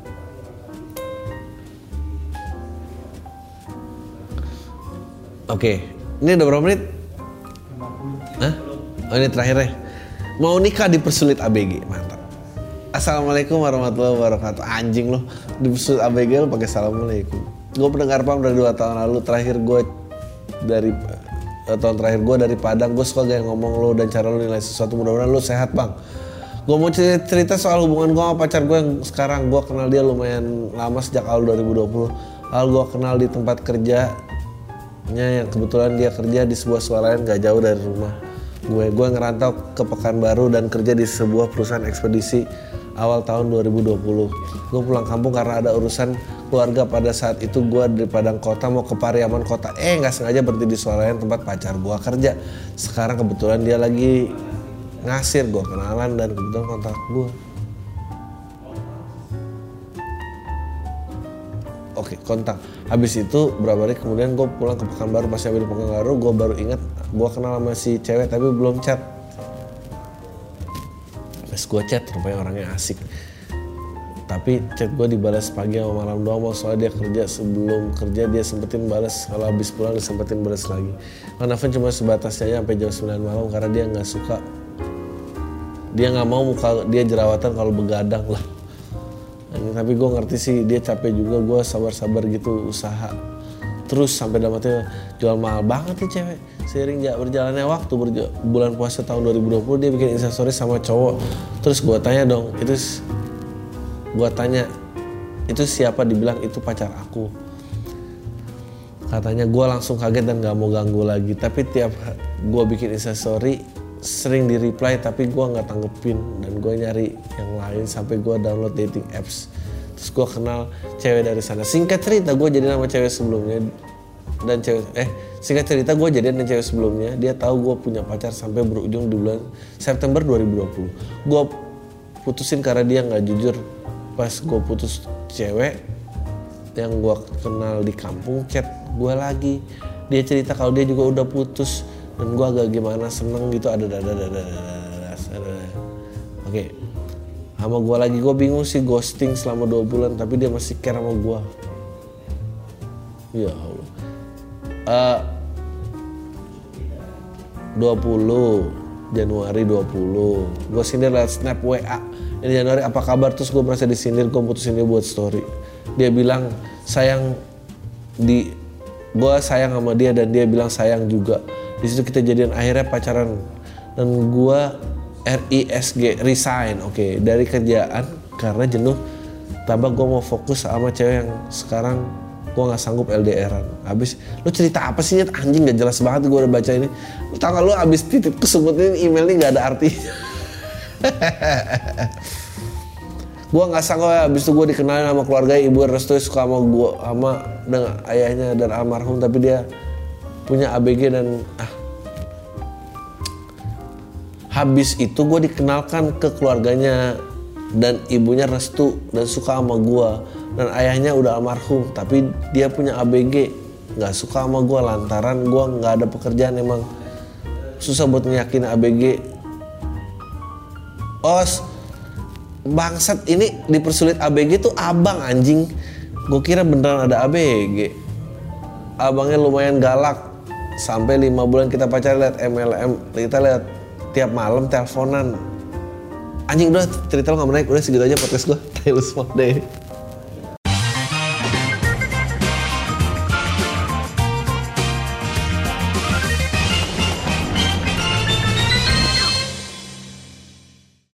S1: Oke, okay. Ini udah berapa menit? Hah? Oh ini terakhir ya. Mau nikah dipersulit A B G, mantap. Assalamualaikum warahmatullahi wabarakatuh. Anjing loh, dipersulit A B G lo pakai assalamualaikum. Gue pendengar Pam dari dua tahun lalu. Terakhir gue dari uh, tahun terakhir gue dari Padang. Gue suka gaya ngomong lo dan cara lo nilai sesuatu. Mudah-mudahan lo sehat bang. Gue mau cerita soal hubungan gue sama pacar gue yang sekarang. Gue kenal dia lumayan lama, sejak awal dua ribu dua puluh. Lalu gue kenal di tempat kerjanya yang kebetulan dia kerja di sebuah swalayan gak jauh dari rumah gue. Gue ngerantau ke Pekanbaru dan kerja di sebuah perusahaan ekspedisi awal tahun dua ribu dua puluh. Gue pulang kampung karena ada urusan keluarga. Pada saat itu gue di Padang Kota mau ke Pariaman Kota. Eh gak sengaja berhenti di swalayan tempat pacar gue kerja. Sekarang kebetulan dia lagi ngasir, gue kenalan dan kebetulan kontak gue. Oke, kontak. Habis itu berapa hari kemudian gue pulang ke Pekanbaru. Pas sampai di Pekanbaru gue baru ingat gue kenal sama si cewek tapi belum chat. Pas gue chat rupanya orangnya asik. Tapi chat gue dibalas pagi sama malam doang, soalnya dia kerja, sebelum kerja dia sempetin balas, kalau habis pulang dia sempetin balas lagi. Kalau nelfon cuma sebatasnya aja sampai jam sembilan malam karena dia nggak suka, dia nggak mau muka dia jerawatan kalau begadang lah. Nah, tapi gue ngerti sih dia capek juga, gue sabar-sabar gitu usaha terus sampai dalam hati jual mahal banget nih cewek. Seiring berjalannya waktu, berja- bulan puasa tahun dua ribu dua puluh dia bikin instastory sama cowok. Terus gue tanya dong, itu gue tanya itu siapa? Dibilang itu pacar aku. Katanya gue langsung kaget dan gak mau ganggu lagi. Tapi tiap gue bikin instastory sering di reply tapi gue nggak tanggepin dan gue nyari yang lain sampai gue download dating apps. Terus gue kenal cewek dari sana. Singkat cerita gue jadi sama cewek sebelumnya dan cewek eh singkat cerita gue jadian dengan cewek sebelumnya. Dia tahu gue punya pacar sampai berujung di bulan September dua ribu dua puluh. Gue putusin karena dia nggak jujur. Pas gue putus cewek yang gue kenal di kampung chat gue lagi. Dia cerita kalau dia juga udah putus dan gue agak gimana seneng gitu ada ada ada ada ada. Oke, sama gue lagi gue bingung sih ghosting selama dua bulan tapi dia masih care sama gue. Ya Allah. Uh, dua puluh Januari dua puluh gue sindir lewat snap W A. Ini Januari apa kabar, terus gue merasa disindir, gue putusin dia buat story. Dia bilang sayang di gue sayang sama dia dan dia bilang sayang juga. Di situ kita jadian, akhirnya pacaran dan gue R I S G resign, oke okay, dari kerjaan karena jenuh. Tambah gue mau fokus sama cewek yang sekarang gue nggak sanggup L D R-an. Abis lu cerita apa sih, anjing nggak jelas banget gue udah baca ini. Lu tau gak lu abis titip kesebutin email ini nggak ada artinya. Gue nggak sanggup ya. Abis itu gue dikenalin sama keluarga ibu restu suka sama gue sama dengan ayahnya dan almarhum tapi dia punya A B G dan ah. Habis itu gue dikenalkan ke keluarganya dan ibunya restu dan suka sama gue dan ayahnya udah almarhum tapi dia punya A B G nggak suka sama gue lantaran gue nggak ada pekerjaan, emang susah buat ngeyakin A B G. Os bangsat ini dipersulit A B G tuh abang anjing. Gue kira beneran ada A B G. Abangnya lumayan galak. Sampai lima bulan kita pacaran liat M L M. Kita liat tiap malam teleponan. Anjing udah cerita lo gak menarik. Udah segitu aja podcast gue. Taylor Swift deh.